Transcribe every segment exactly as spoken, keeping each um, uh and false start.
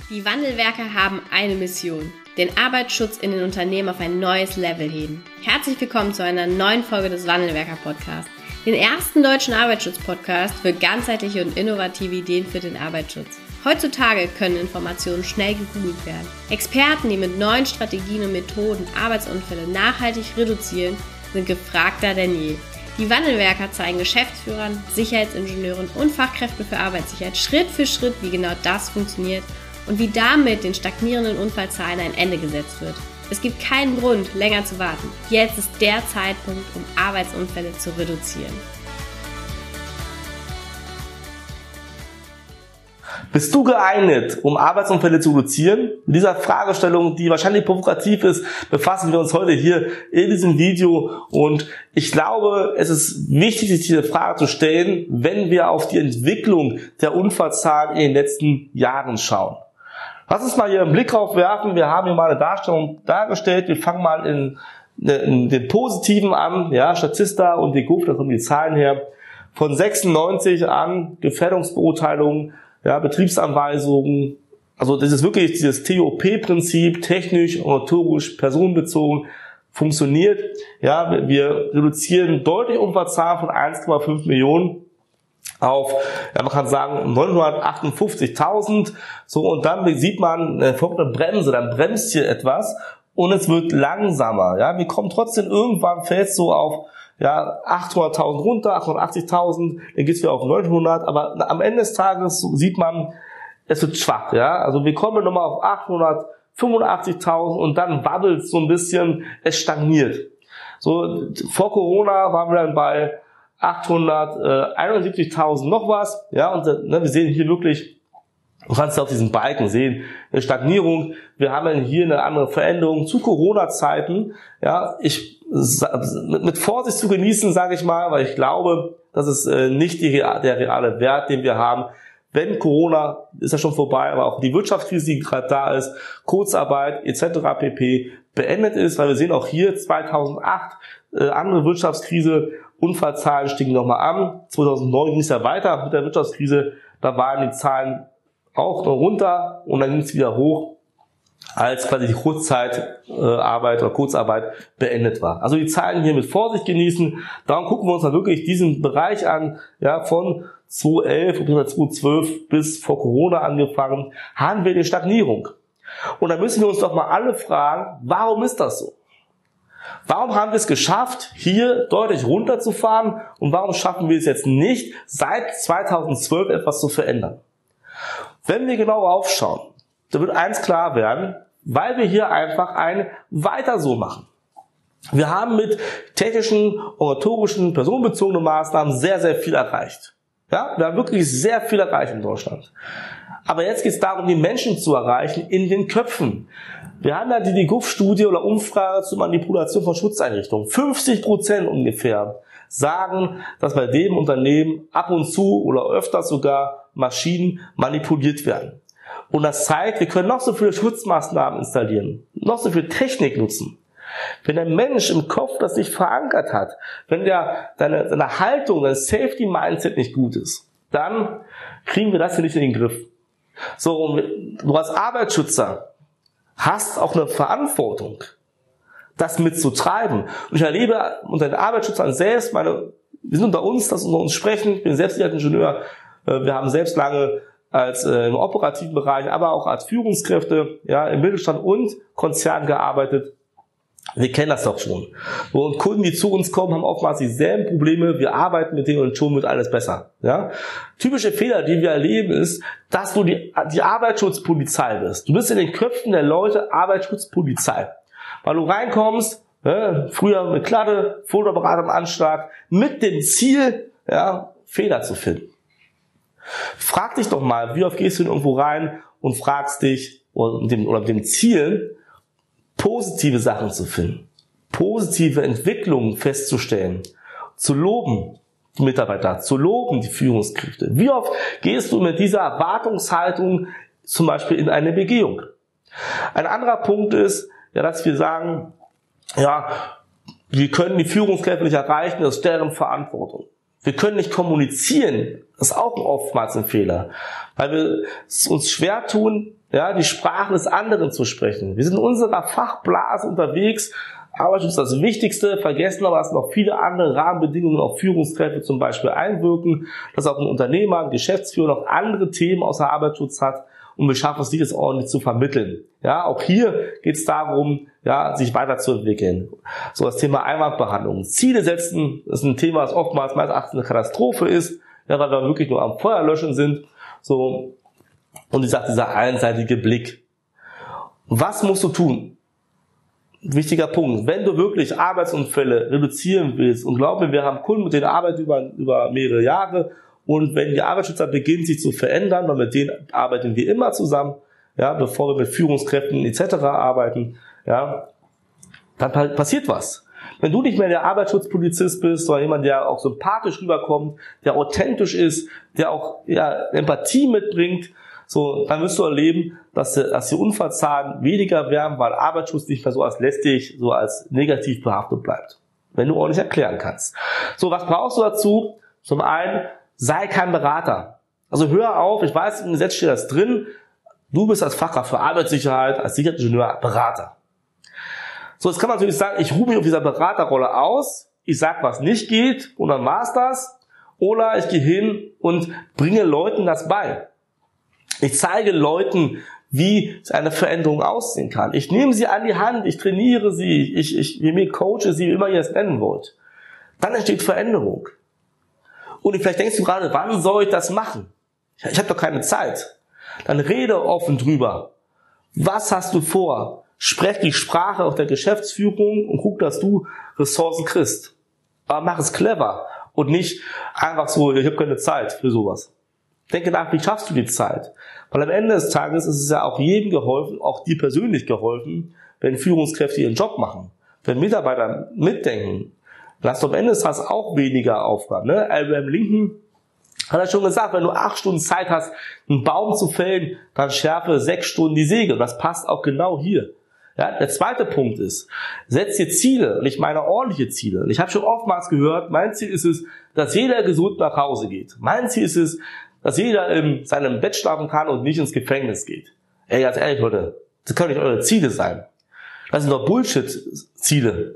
Die Wandelwerker haben eine Mission: den Arbeitsschutz in den Unternehmen auf ein neues Level heben. Herzlich willkommen zu einer neuen Folge des Wandelwerker-Podcasts, den ersten deutschen Arbeitsschutz-Podcast für ganzheitliche und innovative Ideen für den Arbeitsschutz. Heutzutage können Informationen schnell gegoogelt werden. Experten, die mit neuen Strategien und Methoden Arbeitsunfälle nachhaltig reduzieren, sind gefragter denn je. Die Wandelwerker zeigen Geschäftsführern, Sicherheitsingenieuren und Fachkräften für Arbeitssicherheit Schritt für Schritt, wie genau das funktioniert und wie damit den stagnierenden Unfallzahlen ein Ende gesetzt wird. Es gibt keinen Grund, länger zu warten. Jetzt ist der Zeitpunkt, um Arbeitsunfälle zu reduzieren. Bist du geeignet, um Arbeitsunfälle zu reduzieren? Mit dieser Fragestellung, die wahrscheinlich provokativ ist, befassen wir uns heute hier in diesem Video. Und ich glaube, es ist wichtig, sich diese Frage zu stellen, wenn wir auf die Entwicklung der Unfallzahlen in den letzten Jahren schauen. Lass uns mal hier einen Blick drauf werfen. Wir haben hier mal eine Darstellung dargestellt. Wir fangen mal in, in den Positiven an. Ja, Statista und die G U F, da kommen die Zahlen her. Von sechsundneunzig an Gefährdungsbeurteilungen, ja, Betriebsanweisungen, also das ist wirklich dieses T O P-Prinzip, technisch, notorisch, personenbezogen, funktioniert. Ja, wir reduzieren deutlich Unfallzahlen von eins Komma fünf Millionen auf, ja, man kann sagen, neunhundertachtundfünfzigtausend. So, und dann sieht man, äh, folgt eine Bremse, dann bremst hier etwas und es wird langsamer. Ja, wir kommen trotzdem irgendwann fest so auf ja, achthunderttausend runter, achthundertachtzigtausend, dann geht's wieder auf neunhundert, aber am Ende des Tages sieht man, es wird schwach, ja, also wir kommen nochmal auf achthundertfünfundachtzigtausend und dann wabbelt es so ein bisschen, es stagniert. So, vor Corona waren wir dann bei achthunderteinundsiebzigtausend noch was, ja, und ne, wir sehen hier wirklich, du kannst auf diesen Balken sehen, eine Stagnierung. Wir haben dann hier eine andere Veränderung zu Corona-Zeiten. Ja, ich mit Vorsicht zu genießen, sage ich mal, weil ich glaube, das ist nicht die, der reale Wert, den wir haben. Wenn Corona, ist ja schon vorbei, aber auch die Wirtschaftskrise, die gerade da ist, Kurzarbeit et cetera pp. Beendet ist, weil wir sehen auch hier zweitausendacht, äh, andere Wirtschaftskrise, Unfallzahlen stiegen nochmal an. zweitausendneun ging es ja weiter mit der Wirtschaftskrise, da waren die Zahlen auch noch runter und dann ging es wieder hoch, als quasi die Kurzzeitarbeit oder Kurzarbeit beendet war. Also die Zahlen hier mit Vorsicht genießen. Darum gucken wir uns dann wirklich diesen Bereich an, ja, von zweitausendelf oder zweitausendzwölf bis vor Corona angefangen, haben wir die Stagnierung. Und da müssen wir uns doch mal alle fragen, warum ist das so? Warum haben wir es geschafft, hier deutlich runterzufahren und warum schaffen wir es jetzt nicht, seit zweitausendzwölf etwas zu verändern? Wenn wir genau aufschauen, da wird eins klar werden, weil wir hier einfach ein Weiter so machen. Wir haben mit technischen, oratorischen, personenbezogenen Maßnahmen sehr, sehr viel erreicht. Ja, wir haben wirklich sehr viel erreicht in Deutschland. Aber jetzt geht es darum, die Menschen zu erreichen in den Köpfen. Wir haben ja die, die G U F-Studie oder Umfrage zur Manipulation von Schutzeinrichtungen. fünfzig Prozent ungefähr sagen, dass bei dem Unternehmen ab und zu oder öfters sogar Maschinen manipuliert werden. Und das zeigt, wir können noch so viele Schutzmaßnahmen installieren, noch so viel Technik nutzen. Wenn der Mensch im Kopf das nicht verankert hat, wenn der, seine, seine Haltung, sein Safety-Mindset nicht gut ist, dann kriegen wir das hier nicht in den Griff. So, und du als Arbeitsschützer hast auch eine Verantwortung, das mitzutreiben. Und ich erlebe unter den Arbeitsschützern selbst, meine, wir sind unter uns, das unter uns sprechen, ich bin selbst Sicherheitsingenieur, wir haben selbst lange als äh, im operativen Bereich, aber auch als Führungskräfte, ja, im Mittelstand und Konzern gearbeitet. Wir kennen das doch schon. Und Kunden, die zu uns kommen, haben oftmals dieselben Probleme. Wir arbeiten mit denen und schon wird alles besser. Ja? Typische Fehler, die wir erleben, ist, dass du die, die Arbeitsschutzpolizei bist. Du bist in den Köpfen der Leute Arbeitsschutzpolizei. Weil du reinkommst, ja, früher mit Kladde, Fotoapparat am Anschlag, mit dem Ziel, ja, Fehler zu finden. Frag dich doch mal, wie oft gehst du irgendwo rein und fragst dich, oder mit dem, oder mit dem Ziel, positive Sachen zu finden, positive Entwicklungen festzustellen, zu loben, die Mitarbeiter, zu loben, die Führungskräfte. Wie oft gehst du mit dieser Erwartungshaltung zum Beispiel in eine Begehung? Ein anderer Punkt ist, ja, dass wir sagen, ja, wir können die Führungskräfte nicht erreichen, das ist deren Verantwortung. Wir können nicht kommunizieren, Das ist auch oftmals ein Fehler, weil wir es uns schwer tun, ja, die Sprache des anderen zu sprechen. Wir sind in unserer Fachblase unterwegs, Arbeitsschutz ist das Wichtigste, vergessen aber, dass noch viele andere Rahmenbedingungen auf Führungskräfte zum Beispiel einwirken, dass auch ein Unternehmer, ein Geschäftsführer noch andere Themen außer Arbeitsschutz hat und wir schaffen es nicht, das ordentlich zu vermitteln. Ja, auch hier geht es darum, ja, sich weiterzuentwickeln. So, das Thema Einwandbehandlung. Ziele setzen, das ist ein Thema, das oftmals meines Erachtens eine Katastrophe ist, ja, weil wir wirklich nur am Feuerlöschen sind. So, und ich sage, dieser einseitige Blick. Was musst du tun? Wichtiger Punkt. Wenn du wirklich Arbeitsunfälle reduzieren willst, und glaub mir, wir haben Kunden, mit denen arbeiten über, über mehrere Jahre, und wenn die Arbeitsschützer beginnen, sich zu verändern, und mit denen arbeiten wir immer zusammen, ja, bevor wir mit Führungskräften et cetera arbeiten, ja, dann passiert was. Wenn du nicht mehr der Arbeitsschutzpolizist bist, sondern jemand, der auch sympathisch rüberkommt, der authentisch ist, der auch ja, Empathie mitbringt, so, dann wirst du erleben, dass, dass die Unfallzahlen weniger werden, weil Arbeitsschutz nicht mehr so als lästig, so als negativ behaftet bleibt. Wenn du ordentlich erklären kannst. So, was brauchst du dazu? Zum einen, sei kein Berater. Also hör auf, ich weiß, im Gesetz steht das drin, du bist als Fachkraft für Arbeitssicherheit, als Sicherheitsingenieur Berater. So, jetzt kann man natürlich sagen, ich ruhe mich auf dieser Beraterrolle aus, ich sag, was nicht geht, und dann war's das. Oder ich gehe hin und bringe Leuten das bei. Ich zeige Leuten, wie eine Veränderung aussehen kann. Ich nehme sie an die Hand, ich trainiere sie, ich, ich, ich coache sie, wie immer ihr es nennen wollt. Dann entsteht Veränderung. Und vielleicht denkst du gerade, wann soll ich das machen? Ich habe doch keine Zeit. Dann rede offen drüber. Was hast du vor? Sprech die Sprache auf der Geschäftsführung und guck, dass du Ressourcen kriegst. Aber mach es clever und nicht einfach so, ich habe keine Zeit für sowas. Denke nach, wie schaffst du die Zeit? Weil am Ende des Tages ist es ja auch jedem geholfen, auch dir persönlich geholfen, wenn Führungskräfte ihren Job machen. Wenn Mitarbeiter mitdenken, dann hast du am Ende des Tages auch weniger Aufgaben. Ne? Abraham Lincoln hat er schon gesagt, wenn du acht Stunden Zeit hast, einen Baum zu fällen, dann schärfe sechs Stunden die Säge. Und das passt auch genau hier. Ja, der zweite Punkt ist, setz dir Ziele, und ich meine ordentliche Ziele. Und ich habe schon oftmals gehört, mein Ziel ist es, dass jeder gesund nach Hause geht. Mein Ziel ist es, dass jeder in seinem Bett schlafen kann und nicht ins Gefängnis geht. Ey, ganz ehrlich, Leute, das können nicht eure Ziele sein. Das sind doch Bullshit-Ziele.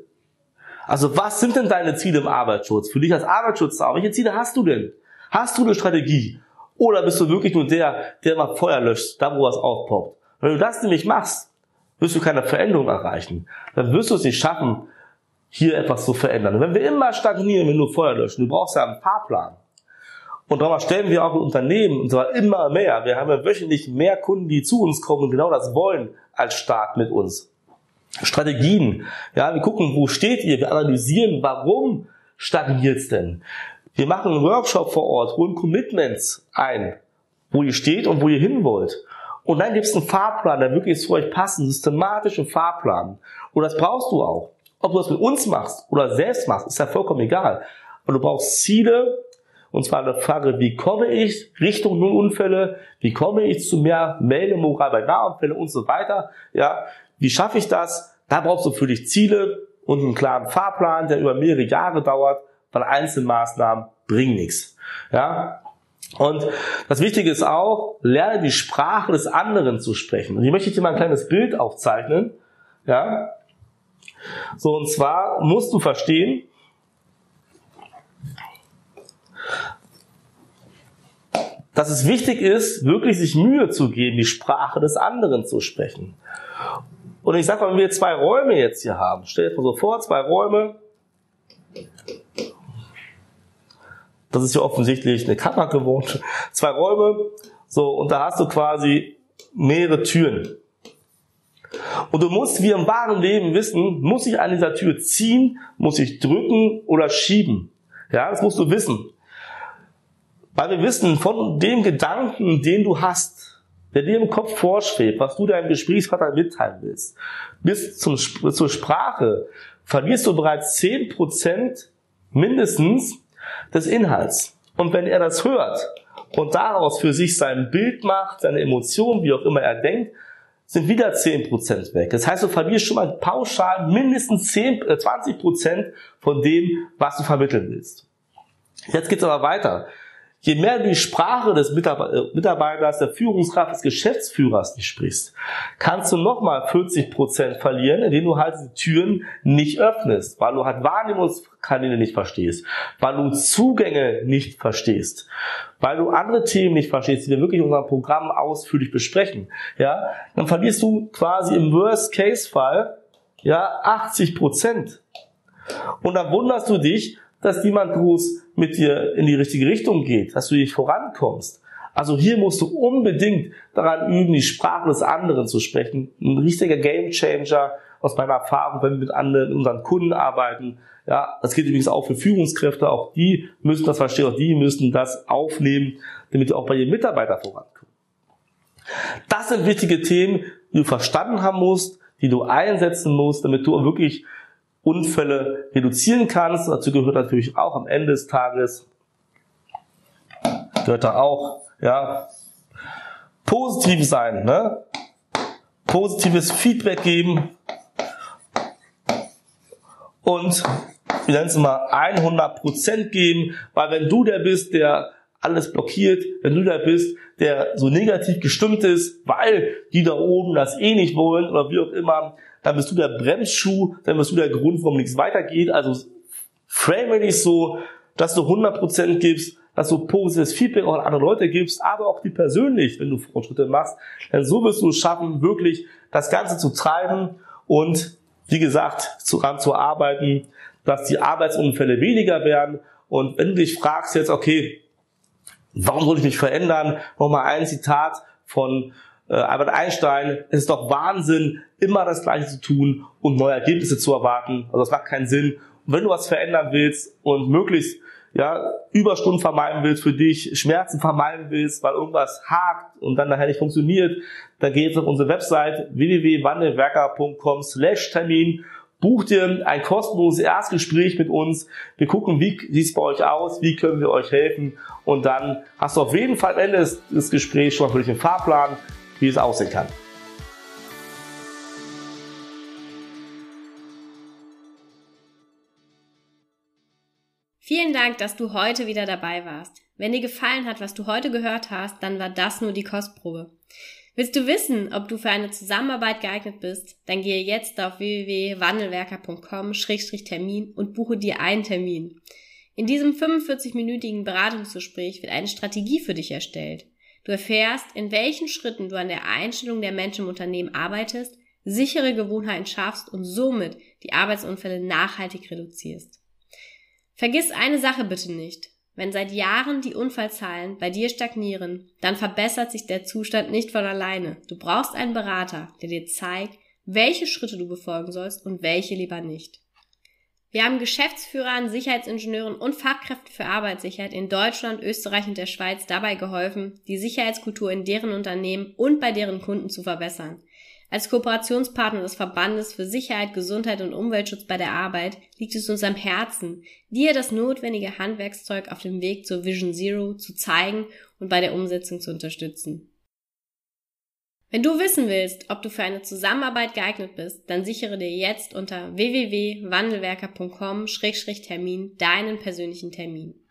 Also was sind denn deine Ziele im Arbeitsschutz? Für dich als Arbeitsschutzer, welche Ziele hast du denn? Hast du eine Strategie? Oder bist du wirklich nur der, der mal Feuer löscht, da wo was aufpoppt? Wenn du das nämlich machst, wirst du keine Veränderung erreichen. Dann wirst du es nicht schaffen, hier etwas zu verändern. Und wenn wir immer stagnieren, wenn du Feuer löschen, du brauchst ja einen Fahrplan. Und darum stellen wir auch in Unternehmen, und zwar immer mehr. Wir haben ja wöchentlich mehr Kunden, die zu uns kommen und genau das wollen als Staat mit uns. Strategien. Ja, wir gucken, wo steht ihr? Wir analysieren, warum stagniert es denn? Wir machen einen Workshop vor Ort, holen Commitments ein, wo ihr steht und wo ihr hin wollt. Und dann gibt es einen Fahrplan, der wirklich zu euch passt, einen systematischen Fahrplan. Und das brauchst du auch. Ob du das mit uns machst oder selbst machst, ist ja vollkommen egal. Und du brauchst Ziele, und zwar eine Frage, wie komme ich Richtung Null Unfälle, wie komme ich zu mehr Meldemoral bei Nahunfällen und so weiter. Ja, wie schaffe ich das? Da brauchst du für dich Ziele und einen klaren Fahrplan, der über mehrere Jahre dauert, weil Einzelmaßnahmen bringen nichts. Ja. Und das Wichtige ist auch, lerne die Sprache des anderen zu sprechen. Und hier möchte ich dir mal ein kleines Bild aufzeichnen. Ja. So, und zwar musst du verstehen, dass es wichtig ist, wirklich sich Mühe zu geben, die Sprache des anderen zu sprechen. Und ich sag mal, wenn wir zwei Räume jetzt hier haben, stell dir mal so vor, zwei Räume, das ist ja offensichtlich eine Kammer gewohnt, zwei Räume, so, und da hast du quasi mehrere Türen. Und du musst, wie im wahren Leben wissen, muss ich an dieser Tür ziehen, muss ich drücken oder schieben. Ja, das musst du wissen. Weil wir wissen, von dem Gedanken, den du hast, der dir im Kopf vorschwebt, was du deinem Gesprächspartner mitteilen willst, bis zum, zur Sprache, verlierst du bereits zehn Prozent mindestens des Inhalts. Und wenn er das hört und daraus für sich sein Bild macht, seine Emotionen, wie auch immer er denkt, sind wieder zehn Prozent weg. Das heißt, du verlierst schon mal pauschal mindestens zehn, zwanzig Prozent von dem, was du vermitteln willst. Jetzt geht's aber weiter. Je mehr du die Sprache des Mitarbeiters, der Führungskraft, des Geschäftsführers nicht sprichst, kannst du nochmal vierzig Prozent verlieren, indem du halt die Türen nicht öffnest, weil du halt Wahrnehmungskanäle nicht verstehst, weil du Zugänge nicht verstehst, weil du andere Themen nicht verstehst, die wir wirklich in unserem Programm ausführlich besprechen. Ja, dann verlierst du quasi im Worst-Case-Fall ja achtzig Prozent. Und dann wunderst du dich, dass niemand groß mit dir in die richtige Richtung geht, dass du nicht vorankommst. Also hier musst du unbedingt daran üben, die Sprache des anderen zu sprechen. Ein richtiger Gamechanger aus meiner Erfahrung, wenn wir mit anderen, mit unseren Kunden arbeiten. Ja, das gilt übrigens auch für Führungskräfte. Auch die müssen das verstehen, auch die müssen das aufnehmen, damit du auch bei ihren Mitarbeitern vorankommst. Das sind wichtige Themen, die du verstanden haben musst, die du einsetzen musst, damit du wirklich Unfälle reduzieren kannst. Dazu gehört natürlich auch am Ende des Tages, gehört da auch, ja, positiv sein, ne? Positives Feedback geben und, wir nennen es mal, hundert Prozent geben, weil wenn du der bist, der alles blockiert, wenn du der bist, der so negativ gestimmt ist, weil die da oben das eh nicht wollen oder wie auch immer, dann bist du der Bremsschuh, dann bist du der Grund, warum nichts weitergeht. Also frame dich so, dass du hundert Prozent gibst, dass du positives Feedback auch an andere Leute gibst, aber auch die persönlich, wenn du Fortschritte machst. Denn so wirst du es schaffen, wirklich das Ganze zu treiben und, wie gesagt, daran zu arbeiten, dass die Arbeitsunfälle weniger werden. Und wenn du dich fragst jetzt, okay, warum soll ich mich verändern? Nochmal ein Zitat von äh, Albert Einstein. Es ist doch Wahnsinn, immer das Gleiche zu tun und neue Ergebnisse zu erwarten. Also das macht keinen Sinn. Und wenn du was verändern willst und möglichst ja Überstunden vermeiden willst für dich, Schmerzen vermeiden willst, weil irgendwas hakt und dann nachher nicht funktioniert, dann geh jetzt auf unsere Website w w w punkt wandelwerker punkt com slash Termin. Buch dir ein kostenloses Erstgespräch mit uns. Wir gucken, wie sieht es bei euch aus, wie können wir euch helfen. Und dann hast du auf jeden Fall am Ende des, des Gesprächs schon mal für dich einen Fahrplan, wie es aussehen kann. Vielen Dank, dass du heute wieder dabei warst. Wenn dir gefallen hat, was du heute gehört hast, dann war das nur die Kostprobe. Willst du wissen, ob du für eine Zusammenarbeit geeignet bist? Dann gehe jetzt auf w w w punkt wandelwerker punkt com Schrägstrich Termin und buche dir einen Termin. In diesem fünfundvierzig-minütigen Beratungsgespräch wird eine Strategie für dich erstellt. Du erfährst, in welchen Schritten du an der Einstellung der Menschen im Unternehmen arbeitest, sichere Gewohnheiten schaffst und somit die Arbeitsunfälle nachhaltig reduzierst. Vergiss eine Sache bitte nicht. Wenn seit Jahren die Unfallzahlen bei dir stagnieren, dann verbessert sich der Zustand nicht von alleine. Du brauchst einen Berater, der dir zeigt, welche Schritte du befolgen sollst und welche lieber nicht. Wir haben Geschäftsführern, Sicherheitsingenieuren und Fachkräften für Arbeitssicherheit in Deutschland, Österreich und der Schweiz dabei geholfen, die Sicherheitskultur in deren Unternehmen und bei deren Kunden zu verbessern. Als Kooperationspartner des Verbandes für Sicherheit, Gesundheit und Umweltschutz bei der Arbeit liegt es uns am Herzen, dir das notwendige Handwerkszeug auf dem Weg zur Vision Zero zu zeigen und bei der Umsetzung zu unterstützen. Wenn du wissen willst, ob du für eine Zusammenarbeit geeignet bist, dann sichere dir jetzt unter w w w punkt wandelwerker punkt com Schrägstrich Termin deinen persönlichen Termin.